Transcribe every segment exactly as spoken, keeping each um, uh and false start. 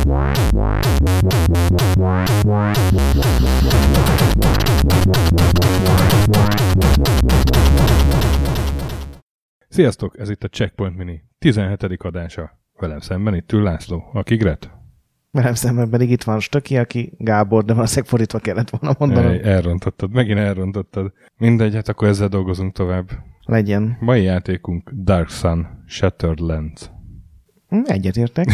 Sziasztok, ez itt a Checkpoint Mini tizenhetedik adása. Velem szemben itt ül László, aki Gret. Velem szemben pedig itt van Stöki, aki Gábor, de valószínűleg fordítva kellett volna mondanom. Ej, elrontottad, megint elrontottad. Mindegy, hát akkor ezzel dolgozunk tovább. Legyen. Mai játékunk Dark Sun Shattered Lands. Egyetértek.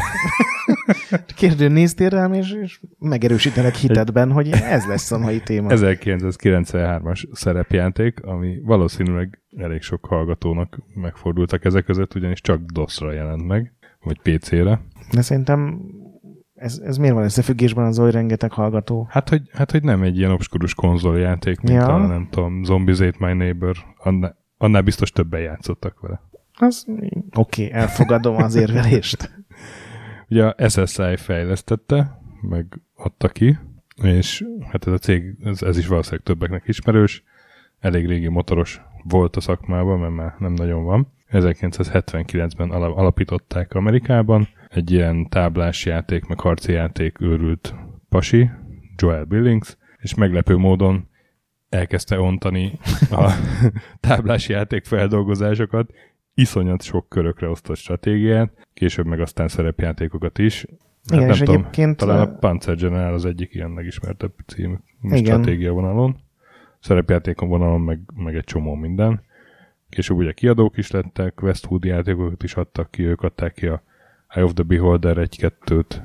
Kérdőn néztél rám, és, és megerősítenek hitedben, hogy ez lesz a mai téma. ezerkilencszázkilencvenhármas szerepjáték, ami valószínűleg elég sok hallgatónak megfordultak ezek között, ugyanis csak doszra jelent meg, vagy pé cére. De szerintem ez, ez miért van összefüggésben az oly rengeteg hallgató? Hát hogy, hát, hogy nem egy ilyen obskurus konzoljáték, mint ja. a, nem tudom, Zombies Ate My Neighbor, annál, annál biztos többen játszottak vele. Az oké, okay, elfogadom az érvelést. Ugye a es es i fejlesztette, meg adta ki, és hát ez a cég, ez, ez is valószínűleg többeknek ismerős, elég régi motoros volt a szakmában, mert már nem nagyon van. ezerkilencszázhetvenkilencben alapították Amerikában, egy ilyen táblás játék, meg harci játék őrült pasi, Joel Billings, és meglepő módon elkezdte ontani a táblás játék feldolgozásokat, iszonyat sok körökre osztott stratégiát, később meg aztán szerepjátékokat is. Hát igen, nem és tudom, egyébként... talán a Panzer General az egyik ilyen legismertebb cím stratégia vonalon. Szerepjátékon vonalon meg, meg egy csomó minden. Később ugye kiadók is lettek, Westwood játékokat is adtak ki, ők adták ki a Eye of the Beholder egy-kettőt.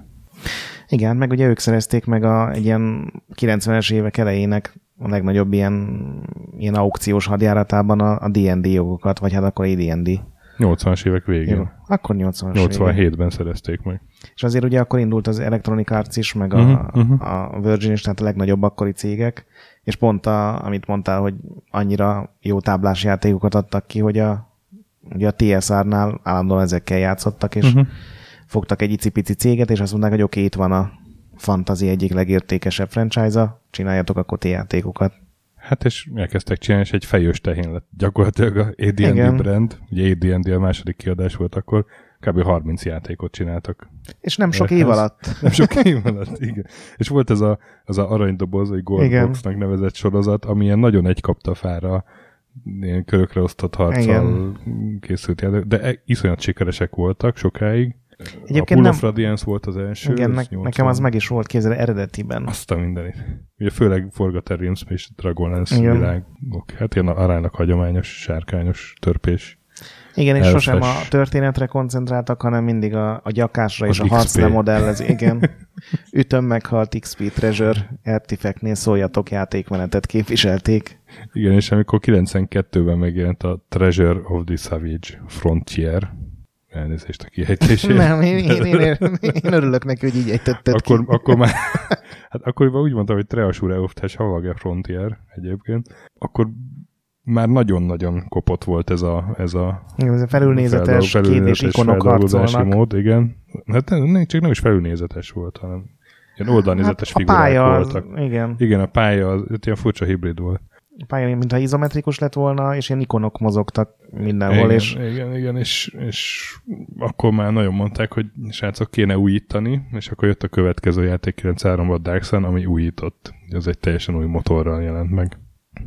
Igen, meg ugye ők szerezték meg a, egy ilyen kilencvenes évek elejének a legnagyobb ilyen, ilyen aukciós hadjáratában a, a dé and dé jogokat, vagy hát akkor á dé and dé. nyolcvanas évek végén. Jó, akkor nyolcvanas nyolcvanhétben szerezték meg. És azért ugye akkor indult az Electronic Arts is, meg a, uh-huh, uh-huh. a Virgin is, tehát a legnagyobb akkori cégek, és pont a, amit mondtál, hogy annyira jó táblás játékokat adtak ki, hogy a, ugye a té es er-nál állandóan ezekkel játszottak, és uh-huh. fogtak egy icipici céget, és azt mondták, hogy oké, okay, itt van a fantasy egyik legértékesebb franchise-a, csináljatok akkor ti játékokat. Hát és elkezdtek csinálni, és egy fejős tehén lett gyakorlatilag a á dé and dé Igen. brand. Ugye á dé and dé a második kiadás volt akkor, kb. harminc játékot csináltak. És nem sok év alatt. Nem sok év alatt, igen. És volt ez a, az a aranydoboz, vagy Goldboxnak nevezett sorozat, ami ilyen nagyon egy kapta fára, ilyen körökre osztott harccal Igen. készült játék, de iszonyat sikeresek voltak sokáig. Egyébként a Pool nem... of Radiance volt az első. Igen, ne, nekem az meg is volt kézzel eredetiben. Azt a mindenit. Ugye főleg Forgotten Realms és Dragonlance világok. Hát ilyen aránylag hagyományos, sárkányos törpés. Igen, és elfes. Sosem a történetre koncentráltak, hanem mindig a, a gyakásra és a harcra modellez. Igen. Ütöm meghalt iksz pé Treasure Artifact-nél szóljatok játékmenetet képviselték. Igen, és amikor kilencvenkettőben megjelent a Treasure of the Savage Frontier, elnézést a kiejtésért. Nem, én, én, én, én örülök neki, hogy így ejtetted akkor, ki. Akkor már, hát akkor úgy mondtam, hogy Treasure of the Savage Frontier egyébként. Akkor már nagyon-nagyon kopott volt ez a ez a, igen, ez a felülnézetes, felülnézetes két és ikonok harcolnak. Mód, igen. Hát nem, csak nem is felülnézetes volt, hanem ilyen oldalnézetes hát figurák pálya voltak. Az, igen. Igen, a pálya az ilyen furcsa hibrid volt. A pálya, mintha izometrikus lett volna, és ilyen ikonok mozogtak mindenhol. Igen, és... igen, igen és, és akkor már nagyon mondták, hogy srácok kéne újítani, és akkor jött a következő játék kilencvenháromban Dark Sun, ami újított. Ez egy teljesen új motorral jelent meg.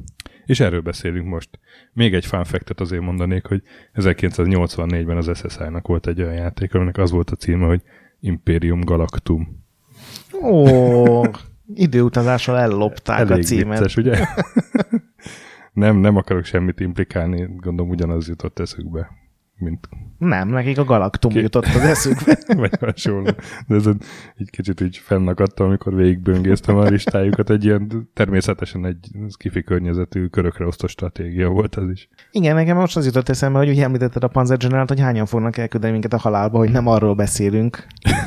És erről beszélünk most. Még egy fun fact-et azért mondanék, hogy ezerkilencszáznyolcvannégyben az es es i-nak volt egy olyan játék, aminek az volt a címe, hogy Imperium Galactum. Ó, időutazással ellopták elég a címet. Vicces, ugye? nem, nem akarok semmit implikálni, gondolom ugyanaz jutott eszükbe. Mint... Nem, nekik a Galactum Ki... jutott az eszükbe. Vagy hasonló. De ez egy kicsit így fennakadtam, amikor végigböngésztem a listájukat. Egy ilyen természetesen egy skifi környezetű körökre osztott stratégia volt az is. Igen, nekem most az jutott eszembe, hogy úgy említetted a Panzer Generalt, hogy hányan fognak elküldeni minket a halálba, hogy nem arról beszélünk,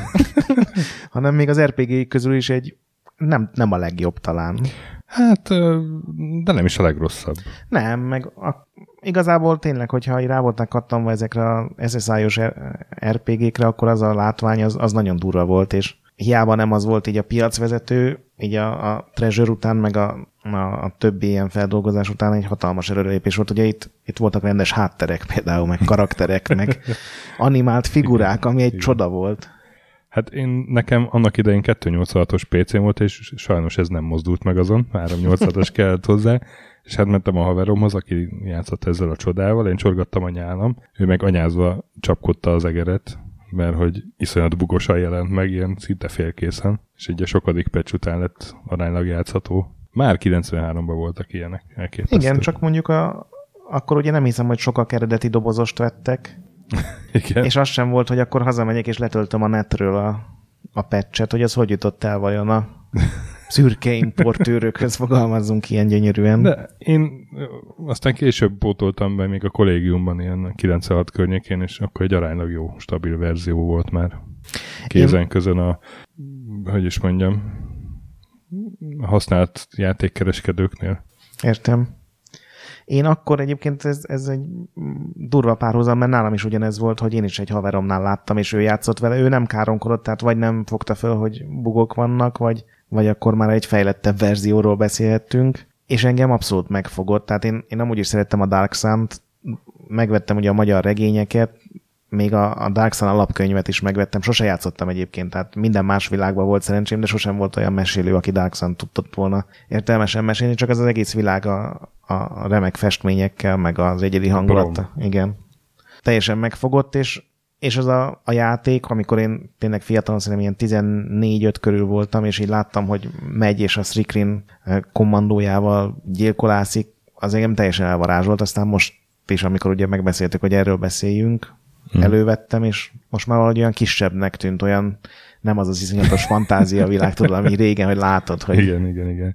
hanem még az er pé gé közül is egy nem, nem a legjobb talán. Hát, de nem is a legrosszabb. Nem, meg a, igazából tényleg, hogyha rá voltak kattanva ezekre az es es i-os er pé gé-kre, akkor az a látvány az, az nagyon durva volt, és hiába nem az volt így a piacvezető, így a, a Treasure után, meg a, a, a többi ilyen feldolgozás után egy hatalmas előrelépés volt. Ugye itt, itt voltak rendes hátterek például, meg karakterek, meg animált figurák, ami egy igen. csoda volt. Hát én, nekem annak idején kettőszáznyolcvanhatos pé cém volt, és sajnos ez nem mozdult meg azon, háromszáznyolcvanhatos kellett hozzá, és hát mentem a haveromhoz, aki játszott ezzel a csodával, én csorgattam a nyálam, ő meg anyázva csapkodta az egeret, mert hogy iszonyat bugosan jelent meg, ilyen szinte félkészen, és így a sokadik patch után lett aránylag játszható. Már kilencvenháromban voltak ilyenek, elképesztő. Igen, csak mondjuk a, akkor ugye nem hiszem, hogy sokak eredeti dobozost vettek, igen. És az sem volt, hogy akkor hazamegyek és letöltöm a netről a, a patchet, hogy az hogy jutott el vajon a szürke importőrökhöz, fogalmazzunk ilyen gyönyörűen. De én aztán később pótoltam be még a kollégiumban ilyen kilencvenhat környékén, és akkor egy aránylag jó, stabil verzió volt már kézen közön a, hogy is mondjam, a használt játékkereskedőknél. Értem. Én akkor egyébként ez, ez egy durva párhuzam, mert nálam is ugyanez volt, hogy én is egy haveromnál láttam, és ő játszott vele. Ő nem káromkodott, tehát vagy nem fogta föl, hogy bugok vannak, vagy, vagy akkor már egy fejlettebb verzióról beszélhettünk, és engem abszolút megfogott. Tehát én, én amúgy is szerettem a Dark Sun-t, megvettem ugye a magyar regényeket, még a, a Dark Sun alapkönyvet is megvettem. Sose játszottam egyébként, tehát minden más világban volt szerencsém, de sosem volt olyan mesélő, aki Dark Sun tudott volna értelmesen mesélni, csak az az egész világ a, a remek festményekkel, meg az egyedi hangulat. Igen. Teljesen megfogott, és, és az a, a játék, amikor én tényleg fiatalon szerintem ilyen tizennégy-öt körül voltam, és így láttam, hogy megy, és a Srikrin kommandójával gyilkolászik, az engem teljesen elvarázsolt. Aztán most is, amikor ugye megbeszéltük, hogy erről beszéljünk, Hmm. elővettem, és most már valahogy olyan kisebbnek tűnt, olyan nem az az iszonyatos fantázia világ, tudod, ami régen, hogy látod, hogy... Igen, igen, igen.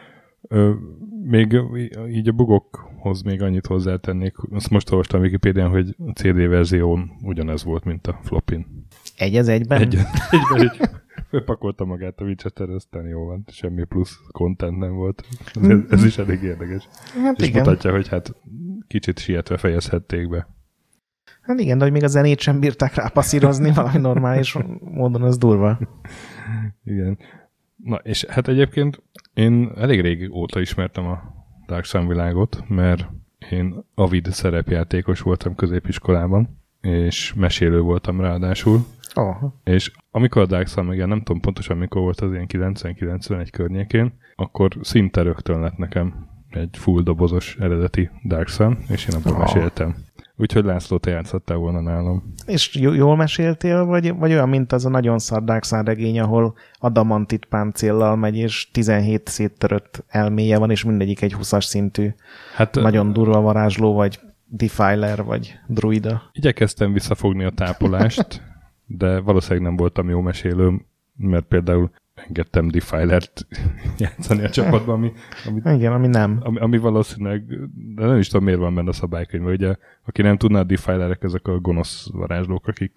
Ö, még így a bugokhoz még annyit hozzátennék, azt most olvastam a Wikipédián, hogy a cé dé verzión ugyanez volt, mint a flopin. Egy az egyben? Egy az egyben, így fölpakolta magát a Winchester, aztán jó van, semmi plusz content nem volt. Ez, ez is elég érdekes. Hát és igen. mutatja, hogy hát kicsit sietve fejezhették be. Hát igen, de hogy még a zenét sem bírták rápasszírozni valami normális módon, az durva. Igen. Na, és hát egyébként én elég régóta ismertem a Dark Sun világot, mert én avid szerepjátékos voltam középiskolában, és mesélő voltam ráadásul. Oh. És amikor a Dark Sun, meg nem tudom pontosan mikor volt az ilyen kilencven-kilencvenegy környékén, akkor szinte rögtön lett nekem egy full dobozos eredeti Dark Sun, és én abban oh. meséltem. Úgyhogy László, te játszottál volna nálam. És jól meséltél, vagy, vagy olyan, mint az a nagyon szar Dark Sun regény, ahol adamantit páncéllal megy, és tizenhét széttörött elméje van, és mindegyik egy huszas szintű, hát, nagyon durva varázsló, vagy defiler, vagy druida. Igyekeztem visszafogni a tápolást, de valószínűleg nem voltam jó mesélőm, mert például engedtem Defilert játszani a csapatban, ami, ami, igen, ami nem. Ami, ami valószínűleg, de nem is tudom, miért van benne a szabálykönyv, ugye, aki nem tudná, a Defilerek, ezek a gonosz varázslók, akik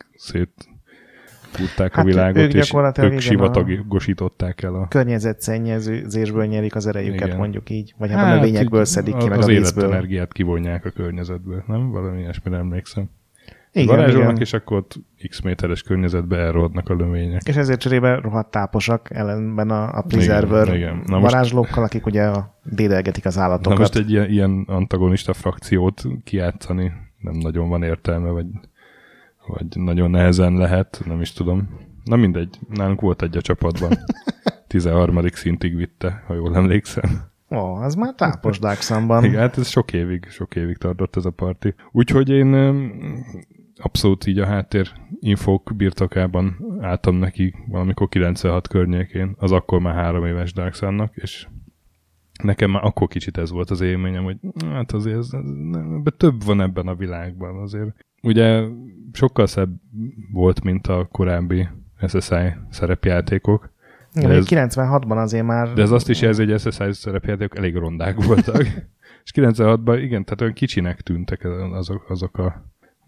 szétfúrták hát a világot, ők és ők sivatagosították el a... környezetszennyezésből nyerik az erejüket, igen. Mondjuk így, vagy hát, hát a növényekből szedik ki, meg az a vízből. Az életenergiát kivonják a környezetből, nem? Valami ilyesmire emlékszem. Varázsolnak, és akkor ott x méteres környezetbe elrodnak a lövények. És ezért cserébe rohadt táposak ellenben a, a preserver igen, igen. varázslókkal, akik ugye dédelgetik az állatokat. Na most egy ilyen, ilyen antagonista frakciót kijátszani nem nagyon van értelme, vagy, vagy nagyon nehezen lehet, nem is tudom. Na mindegy, nálunk volt egy a csapatban. tizenharmadik szintig vitte, ha jól emlékszem. Ó, oh, az már tápos Dark Sunban. Igen, hát ez sok évig, sok évig tartott ez a parti. Úgyhogy én abszolút így a háttér infók birtokában álltam neki valamikor kilencvenhat környékén, az akkor már három éves Dark Sunnak, és nekem már akkor kicsit ez volt az élményem, hogy hát azért ez, ez, több van ebben a világban azért. Ugye sokkal szebb volt, mint a korábbi es es i szerepjátékok. Igen, ez, kilencvenhatban azért már... De ez azt is jelzi, hogy es es i szerepjátékok elég rondák voltak. És kilencvenhatban igen, tehát olyan kicsinek tűntek azok, azok a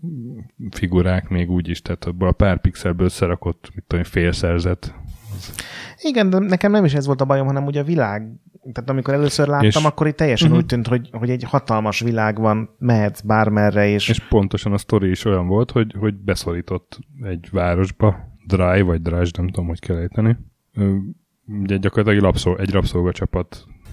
figurák még úgy is, tehát abból a pár pixelből összerakott, mit tudom, félszerzet. Igen, de nekem nem is ez volt a bajom, hanem ugye a világ. Tehát amikor először láttam, és, akkor itt teljesen uh-huh. úgy tűnt, hogy, hogy egy hatalmas világ van, mehetsz bármerre, és... És pontosan a sztori is olyan volt, hogy, hogy beszorított egy városba, Dry vagy Draj, nem tudom, hogy kell ejteni. Ugye gyakorlatilag egy, lapszol, egy rabszolgacsapat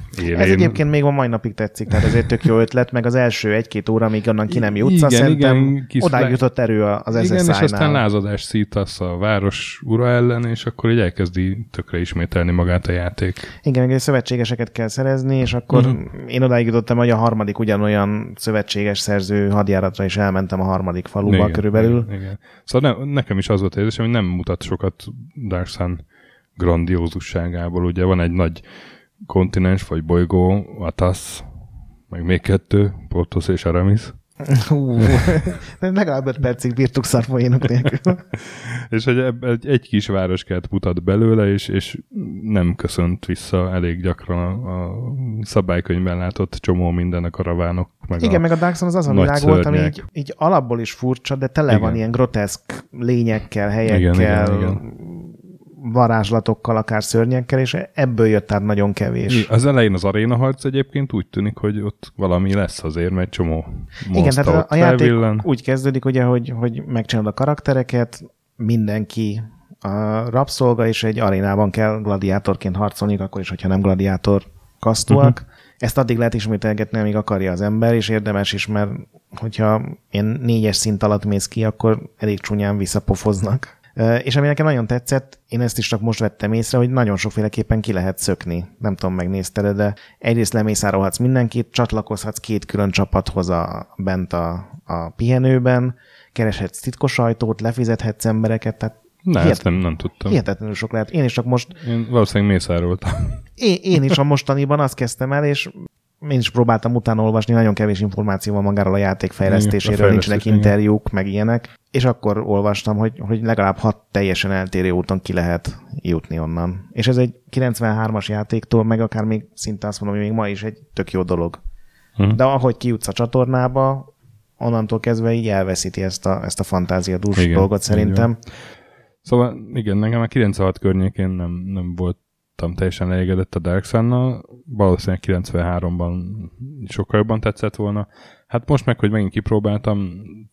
élén. Ez egyébként még a mai napig tetszik, tehát ez egy tök jó ötlet, meg az első egy-két óra, amíg onnan ki nem jutsz, igen, szerintem igen, odáig jutott erő az es es i-nál. Igen, és aztán lázadás szítasz a város ura ellen, és akkor így elkezdi tökre ismételni magát a játék. Igen, meg szövetségeseket kell szerezni, és akkor mm. én odáig jutottam, hogy a harmadik ugyanolyan szövetséges szerző hadjáratra is elmentem a harmadik faluba igen, körülbelül. Igen, igen. Szóval ne, nekem is az volt érzésem, hogy nem mutat sokat Dark Sun grandiózusságából. Ugye van egy nagy kontinens, vagy bolygó, Atasz, meg még kettő, Portos és Aramis. Hú, legalább öt percig bírtuk szarpoénok nélkül. És hogy egy, egy kis városkát mutat belőle, és, és nem köszönt vissza elég gyakran a, a szabálykönyvben látott csomó minden a karavánok. Meg igen, a meg a Dark Sun az az a világ volt, ami így, így alapból is furcsa, de tele igen. van ilyen groteszk lényekkel, helyekkel, igen, igen, igen. varázslatokkal, akár szörnyekkel, és ebből jött át nagyon kevés. Az elején az arénaharc egyébként úgy tűnik, hogy ott valami lesz azért, mert csomó igen, tehát a, a játék úgy kezdődik, ugye, hogy, hogy megcsinálod a karaktereket, mindenki a rabszolga, és egy arénában kell gladiátorként harcolni, akkor is, hogyha nem gladiátor kasztúak. Uh-huh. Ezt addig lehet ismételgetni, amíg akarja az ember, és érdemes is, mert hogyha én négyes szint alatt mész ki, akkor elég csúnyán visszapofoznak. És ami nekem nagyon tetszett, én ezt is csak most vettem észre, hogy nagyon sokféleképpen ki lehet szökni. Nem tudom, megnézted, de egyrészt lemészárolhatsz mindenkit, csatlakozhatsz két külön csapathoz a, bent a, a pihenőben, kereshetsz titkos ajtót, lefizethetsz embereket, tehát ne, hihet, ezt nem, nem tudtam. Hihetetlenül sok lehet. Én is csak most... Én valószínűleg mészároltam. Én, én is a mostaniban azt kezdtem el, és én is próbáltam utána olvasni, nagyon kevés információ van magáról a játék fejlesztéséről, nincsenek interjúk, meg ilyenek, és akkor olvastam, hogy, hogy legalább hat teljesen eltérő úton ki lehet jutni onnan. És ez egy kilencvenhármas játéktól, meg akár még szinte azt mondom, hogy még ma is egy tök jó dolog. Hm. De ahogy kijutsz a csatornába, onnantól kezdve így elveszíti ezt a, ezt a fantáziadús igen, dolgot szerintem. Szóval igen, nekem a kilencvenhat környékén nem, nem volt teljesen elégedett a Dark Sunnal, valószínűleg kilencvenháromban sokkal jobban tetszett volna. Hát most meg, hogy megint kipróbáltam,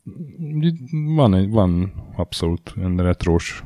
van, egy, van abszolút retrós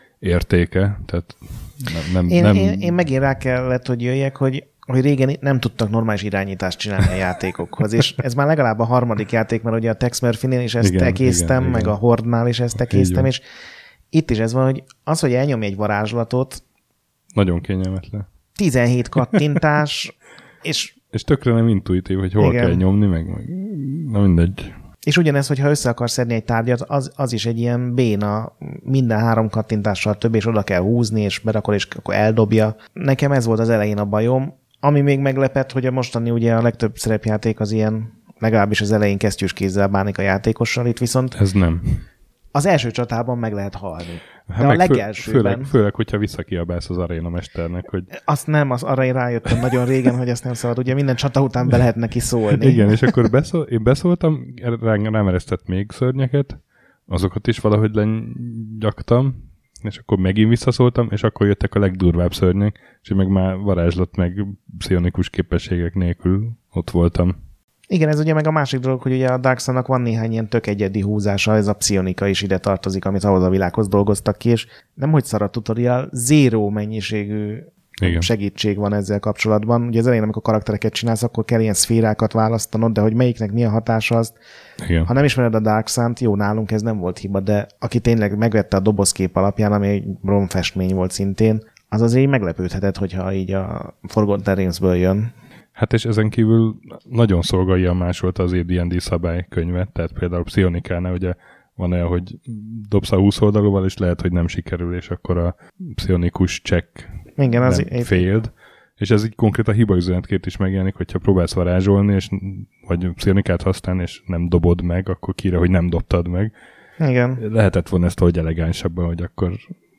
értéke, tehát nem... nem, én, nem... Én, én megint rá kellett, hogy jöjjek, hogy, hogy régen nem tudtak normális irányítást csinálni a játékokhoz, és ez már legalább a harmadik játék, mert ugye a Tex Murphy-nél is ezt igen, tekéztem, igen, meg igen. a Horde-nál is ezt tekéztem, és itt is ez van, hogy az, hogy elnyomj egy varázslatot, nagyon kényelmetlen. tizenhét kattintás, és... És tökre nem intuitív, hogy hol igen. kell nyomni, meg, meg na mindegy. És ugyanez, hogyha össze akarsz szedni egy tárgyat, az, az is egy ilyen béna, minden három kattintással több, és oda kell húzni, és berakol, és akkor eldobja. Nekem ez volt az elején a bajom. Ami még meglepett, hogy a mostani ugye a legtöbb szerepjáték az ilyen, legalábbis az elején kesztyűs kézzel bánik a játékossal, itt viszont... Ez nem. Az első csatában meg lehet halni. De hát a legelsőben... Főleg, főleg, hogyha visszakiabálsz az arénamesternek, hogy... Azt nem, az arra én rájöttem nagyon régen, hogy azt nem szabad. Ugye minden csata után be lehet neki szólni. Igen, és akkor beszól, én beszóltam, rám eresztett még szörnyeket, azokat is valahogy lengyaktam, és akkor megint visszaszóltam, és akkor jöttek a legdurvább szörnyek, és meg már varázslat, meg pszionikus képességek nélkül ott voltam. Igen, ez ugye meg a másik dolog, hogy ugye a Dark Sunnak van néhány ilyen tök egyedi húzása, ez a pszichonika is ide tartozik, amit ahhoz a világhoz dolgoztak ki, és nem hogy szar a tutorial, zéró mennyiségű igen. segítség van ezzel kapcsolatban. Ugye az elején, amikor karaktereket csinálsz, akkor kell ilyen szférákat választanod, de hogy melyiknek mi a hatása, azt, igen. ha nem ismered a Dark Sun-t, jó, nálunk ez nem volt hiba, de aki tényleg megvette a dobozkép alapján, ami egy bromfestmény volt szintén, az azért így meglepődhetett, hogyha így a Forgotten Realms-ből jön. Hát és ezen kívül nagyon szolgálja másolta az á dé és dé szabálykönyvet, tehát például Psionikánál ugye van olyan, hogy dobsz a húsz oldalúval, és lehet, hogy nem sikerül, és akkor a psionikus check igen, az nem failed. És ez így konkrét a hibaüzenetként is megjelenik, hogyha próbálsz varázsolni, és, vagy psionikát használni, és nem dobod meg, akkor kire, hogy nem dobtad meg. Igen. Lehetett volna ezt hogy elegánsabban, hogy akkor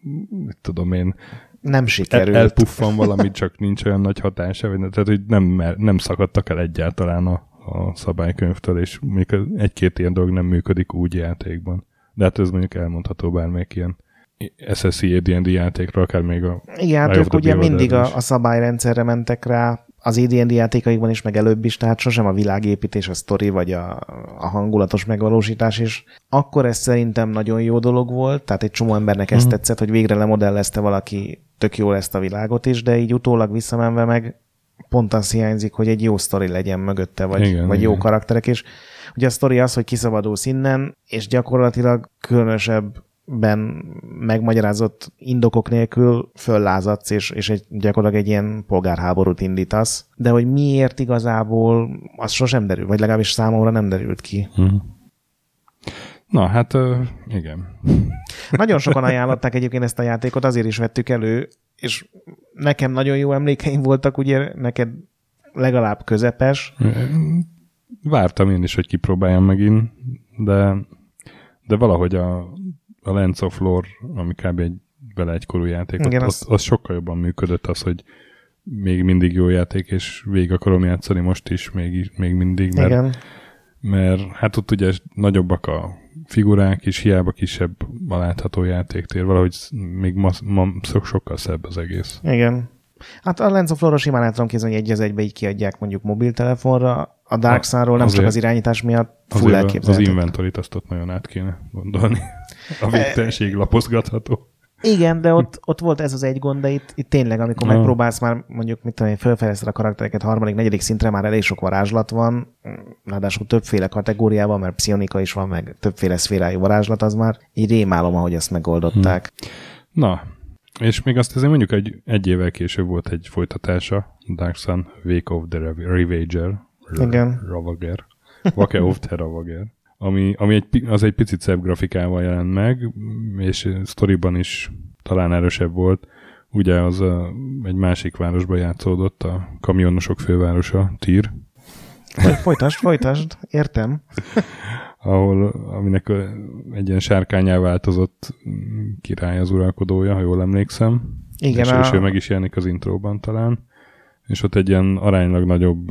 mit tudom én, nem sikerült. El, elpuffan valamit, csak nincs olyan nagy hatása, vagy, tehát hogy nem, nem szakadtak el egyáltalán a, a szabálykönyvtől, és még egy-két ilyen dolog nem működik úgy játékban. De hát ez mondjuk elmondható bármelyik ilyen es es i á dé és dé játékra, akár még a... Igen, hát ők ugye mindig a, a szabályrendszerre mentek rá, az á dé és dé játékaikban is, meg előbb is, tehát sosem a világépítés, a sztori, vagy a, a hangulatos megvalósítás is. Akkor ez szerintem nagyon jó dolog volt, tehát egy csomó embernek ezt uh-huh. tetszett, hogy végre lemodellezte valaki tök jól ezt a világot is, de így utólag visszamenve meg pont az hiányzik, hogy egy jó sztori legyen mögötte, vagy, igen, vagy jó karakterek, és ugye a sztori az, hogy kiszabadulsz innen, és gyakorlatilag különösebben megmagyarázott indokok nélkül föllázadsz, és, és egy, gyakorlatilag egy ilyen polgárháborút indítasz. De hogy miért igazából, az sosem derül, vagy legalábbis számomra nem derült ki. Uh-huh. Na, hát uh, igen. Nagyon sokan ajánlották egyébként ezt a játékot, azért is vettük elő, és nekem nagyon jó emlékeim voltak, ugye neked legalább közepes. Vártam én is, hogy kipróbáljam megint, de, de valahogy a, a Lands of Lore, ami kb. Egy vele egykorú játék, igen, ott, az... az sokkal jobban működött az, hogy még mindig jó játék, és végig akarom játszani most is, még, még mindig, mert, igen. mert hát ott ugye nagyobbak a figurák is, hiába kisebb a látható játéktér, valahogy még ma, ma sokkal szebb az egész. Igen. Hát a Lands of Lore-ról simán el tudom képzelni, hogy egy az egybe így kiadják mondjuk mobiltelefonra, a Dark Sunról nem csak az irányítás miatt full elképzelhető. Az inventorit azt ott nagyon át kéne gondolni. A végtelenség lapozgatható. Igen, de ott, ott volt ez az egy gond, de itt, itt tényleg, amikor no. megpróbálsz már mondjuk, mit tudom én, felfejleszted a karaktereket harmadik, negyedik szintre, már elég sok varázslat van, ráadásul többféle kategóriában, mert pszichonika is van, meg többféle szférájú varázslat, az már így rémálom, ahogy ezt megoldották. Hm. Na, és még azt azért mondjuk egy, egy évvel később volt egy folytatása, Dark Sun, Wake of the Ravager. Igen. Ravager. Wake of the Ravager. Ami, ami egy, az egy picit szebb grafikával jelent meg, és sztoriban is talán erősebb volt. Ugye az a, egy másik városban játszódott, a kamionosok fővárosa, Tyr. Folytasd, folytasd, értem. Ahol, aminek egy ilyen sárkányá változott király az uralkodója, ha jól emlékszem. Igen. És, a... és ő meg is jelenik az intróban talán. És ott egy ilyen aránylag nagyobb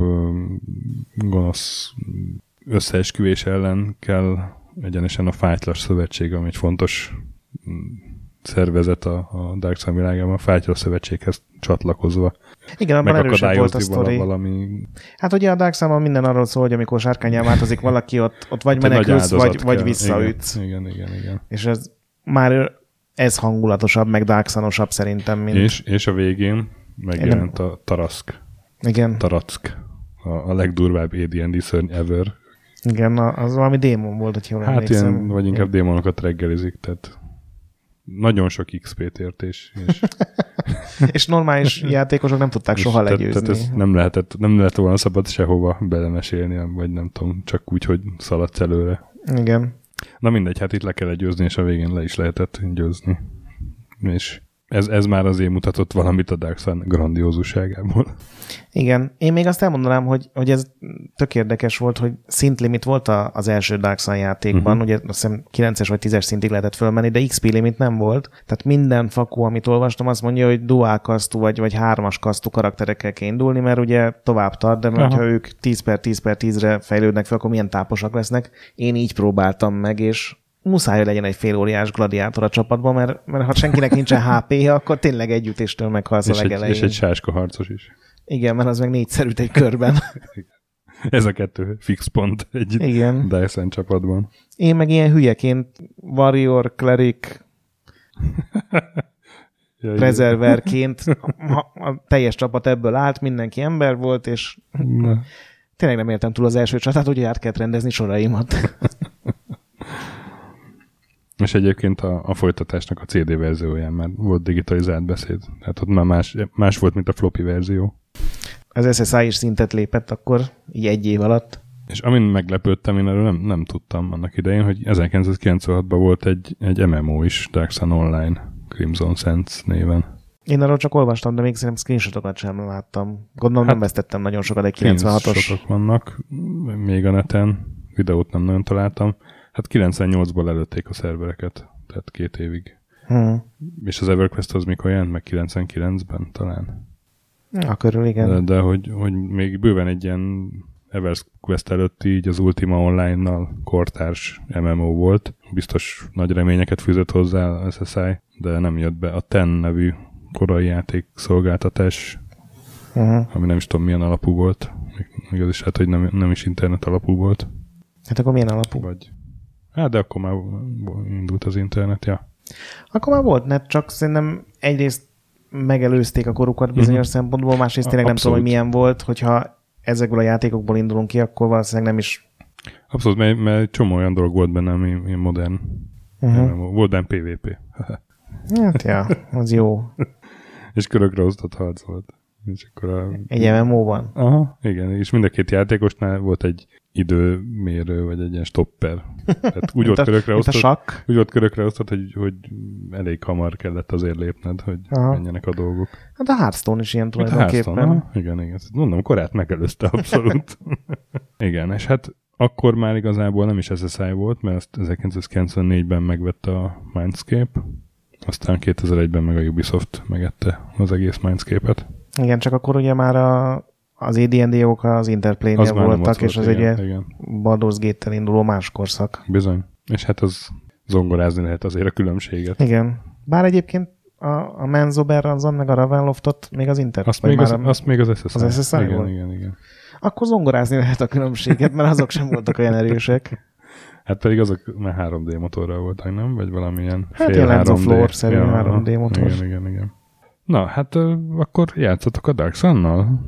gonosz összeesküvés ellen kell egyenesen a Fájtlas Szövetség, ami egy fontos szervezet a, a Dark Sun világában, a Fájtlas Szövetséghez csatlakozva. Igen, abban erősebb volt a sztori. Valami... Hát ugye a Dark Sunban minden arról szól, hogy amikor sárkányá változik valaki, ott, ott vagy menekülsz, vagy, vagy visszaütsz. Igen, igen, igen, igen. És ez már ez hangulatosabb, meg Dark Sunosabb szerintem, mint... És, és a végén megjelent nem... a Tarask. Igen. Tarask. A, a legdurvább á dé and dé szörny ever. Igen, az valami démon volt, hogy jól hát emlékszem. Hát ilyen, vagy inkább démonokat reggelizik, tehát nagyon sok iksz pé-t ért, és... És, és normális játékosok nem tudták soha legyőzni. Tehát, tehát ez nem lehetett, nem lehetett volna szabad sehova belemesélni, vagy nem tudom, csak úgy, hogy szaladsz előre. Igen. Na mindegy, hát itt le kell győzni, és a végén le is lehetett győzni. És ez, ez már azért mutatott valamit a Dark Sun grandiózusságából. Igen. Én még azt elmondanám, hogy, hogy ez tök érdekes volt, hogy szintlimit volt a, az első Dark Sun játékban, uh-huh. ugye azt hiszem kilences vagy tízes szintig lehetett fölmenni, de iksz pé limit nem volt. Tehát minden fakó, amit olvastam, azt mondja, hogy dual kasztú vagy, vagy hármas kasztú karakterekkel kell indulni, mert ugye tovább tart, de ha ők tíz per tíz per tízre fejlődnek fel, akkor milyen táposak lesznek. Én így próbáltam meg, és muszáj, hogy legyen egy félóriás gladiátor a csapatban, mert, mert ha senkinek nincsen há pé-ja, akkor tényleg egy ütéstől meghalsz a legelején. És egy sáska harcos is. Igen, mert az meg négyszer üt egy körben. Ez a kettő fix pont egy Igen. Dyson csapatban. Én meg ilyen hülyeként warrior, cleric, ja, preserverként a teljes csapat ebből állt, mindenki ember volt, és na. Tényleg nem értem túl az első csatát, úgyhogy át kellett rendezni soraimat. És egyébként a, a folytatásnak a cé dé verzióján már volt digitalizált beszéd. Tehát ott már más, más volt, mint a floppy verzió. Az es es i is szintet lépett akkor, így egy év alatt. És amin meglepődtem, én erről nem, nem tudtam annak idején, hogy ezerkilencszázkilencvenhatban volt egy, egy em em o is, Dark Sun Online, Crimson Sands néven. Én arról csak olvastam, de még szerintem screenshotokat sem láttam. Gondolom hát, nem vesztettem nagyon sokat egy kilencvenhatos. Screenshotok vannak még a neten, videót nem nagyon találtam. Hát kilencvennyolcból előtték a szervereket, tehát két évig. Hmm. És az EverQuest az mikor jelent meg? kilencvenkilencben talán? A körül, igen. De, de hogy, hogy még bőven egy ilyen EverQuest előtti, így az Ultima Online-nal kortárs em em o volt. Biztos nagy reményeket fűzött hozzá az es es i, de nem jött be. A Ten nevű korai játék szolgáltatás, uh-huh. ami nem is tudom milyen alapú volt. Még az is hát, hogy nem, nem is internet alapú volt. Hát akkor milyen alapú? Vagy... Hát, de akkor már indult az internet, ja. Akkor már volt net, csak szerintem egyrészt megelőzték a korukat bizonyos mm-hmm. szempontból, másrészt tényleg nem tudom, hogy milyen volt, hogyha ezekből a játékokból indulunk ki, akkor valószínűleg nem is... Abszolút, mert, mert csomó olyan dolog volt benne, ami ilyen modern. Uh-huh. Volt benne pé vé pé. Hát ja, az jó. És körökre osztott harc volt. És akkor a... Egy em em o-ban? Aha, igen, és mind a két játékosnál volt egy időmérő, vagy egy ilyen stopper. Tehát úgy volt körökre osztott, úgy volt körökre osztott, hogy, hogy elég hamar kellett azért lépned, hogy aha. menjenek a dolgok. Hát a Hearthstone is ilyen tulajdonképpen. Hát igen, igen. Mondom, korát megelőzte abszolút. Igen, és hát akkor már igazából nem is es es i volt, mert ezt ezerkilencszázkilencvennégyben megvette a Mindscape, aztán kétezer-egyben meg a Ubisoft megette az egész Mindscape-et. Igen, csak akkor ugye már a, az á dé and dé-ok az Interplay-nél voltak, és az igen, egy Baldur's Gate-tel induló más korszak. Bizony. És hát az zongorázni lehet azért a különbséget. Igen. Bár egyébként a, a Menzoberranzon meg a Ravenloftot még az Interplay. Azt, még az, a, azt még az es es i. Az es es i igen, volt? Igen, igen. Akkor zongorázni lehet a különbséget, mert azok sem voltak olyan erősek. Hát pedig azok már három dé motorral voltak, nem? Vagy valamilyen hát fél három dé. Floor-szerű ja, három dé motor. Igen, igen, igen. Na, hát uh, akkor játszatok a Dark Sun-nal?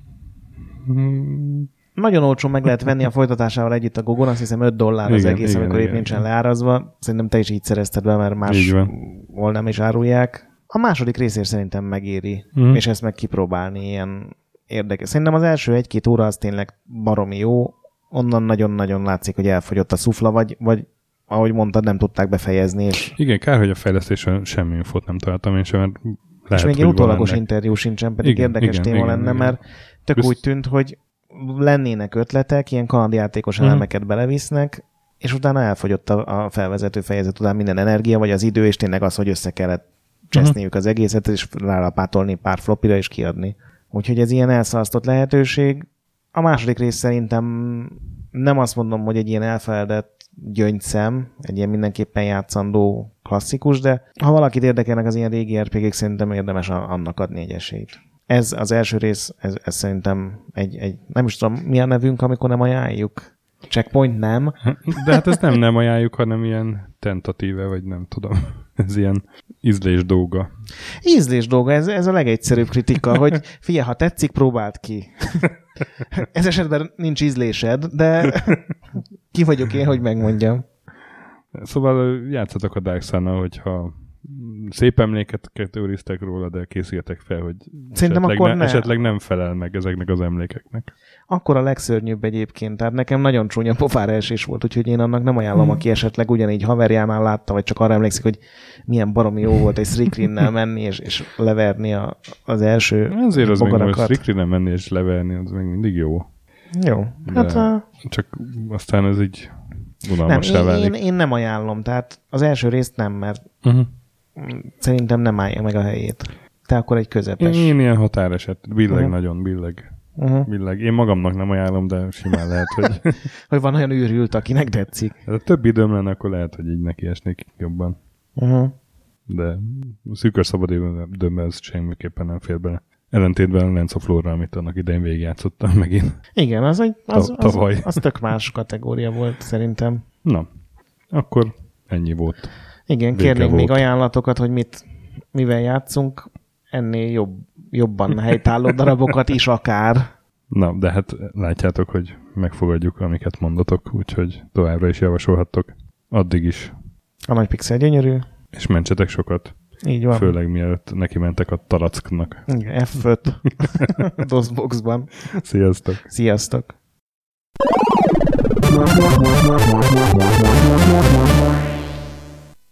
Hmm. Nagyon olcsón meg lehet venni a folytatásával együtt a Gogon, azt hiszem öt dollár az igen, egész, igen, amikor igen, épp nincsen igen. leárazva. Szerintem te is így szerezted be, mert máshol nem is árulják. A második részért szerintem megéri, mm. és ezt meg kipróbálni ilyen érdekes. Szerintem az első egy-két óra az tényleg baromi jó, onnan nagyon-nagyon látszik, hogy elfogyott a szufla, vagy, vagy ahogy mondtad, nem tudták befejezni. És... Igen, kár, hogy a fejlesztésen semmi infót nem találtam én sem, mert lehet, és még egy utólagos interjú sincsen, pedig igen, érdekes igen, téma igen, lenne, igen. mert tök Bizt... úgy tűnt, hogy lennének ötletek, ilyen kalandjátékos hmm. elemeket belevisznek, és utána elfogyott a, a felvezető fejezet után minden energia, vagy az idő, és tényleg az, hogy össze kellett cseszniük hmm. az egészet, és rálapátolni pár flopira, és kiadni. Úgyhogy ez ilyen elszalasztott lehetőség. A második rész szerintem nem azt mondom, hogy egy ilyen elfeledett gyöngyszem, egy ilyen mindenképpen játszandó klasszikus, de ha valakit érdekelnek az ilyen régi er pé gé-k, szerintem érdemes annak adni egy esélyt. Ez az első rész, ez, ez szerintem egy, egy, nem is tudom, mi a nevünk, amikor nem ajánljuk. Checkpoint nem. De hát ezt nem nem ajánljuk, hanem ilyen tentatíve, vagy nem tudom. Ez ilyen ízlés dolga. Ízlés dolga, ez, ez a legegyszerűbb kritika, hogy figyelj, ha tetszik, próbáld ki. Ez esetben nincs ízlésed, de ki vagyok én, hogy megmondjam. Szóval játszatok a Dark Sun-nal, hogyha szép emléket őriztek róla, de készüljetek fel, hogy esetleg, ne, ne. esetleg nem felel meg ezeknek az emlékeknek. Akkor a legszörnyűbb egyébként, tehát nekem nagyon csúnya pofára esés volt, úgyhogy én annak nem ajánlom, hmm. aki esetleg ugyanígy haverjánál látta, vagy csak arra emlékszik, hogy milyen baromi jó volt egy Srikreen-nel menni, és, és leverni a, az első Ezért az bogarakat. Még most Srikreen-nel menni és leverni, az még mindig jó. Jó. Hát a... Csak aztán ez így unalmassá nem, válik. Én, én nem ajánlom, tehát az első részt nem, mert uh-huh. szerintem nem állja meg a helyét. Te akkor egy közepes. Én, én ilyen határeset. Billeg uh-huh. nagyon, billeg. Uh-huh. billeg. Én magamnak nem ajánlom, de simán lehet, hogy... hogy van olyan őrült, akinek tetszik. Ha több időm lenne, akkor lehet, hogy így nekiesnék jobban. Uh-huh. De szűkös szabad időmben ez semmiképpen nem fér bele. Ellentétben a Lens of Lore-ra, amit annak idején végigjátszottam megint. Igen, az, egy, az, az, az, az tök más kategória volt szerintem. Na, akkor ennyi volt. Igen, kérnénk még ajánlatokat, hogy mit, mivel játszunk, ennél jobb, jobban helytálló darabokat is akár. Na, de hát látjátok, hogy megfogadjuk, amiket mondatok, úgyhogy továbbra is javasolhattok. Addig is. A nagy pixel gyönyörű. És mentsetek sokat. Így van. Főleg mielőtt neki mentek a talacknak. Igen, ef öt DOSBoxban. Sziasztok! Sziasztok!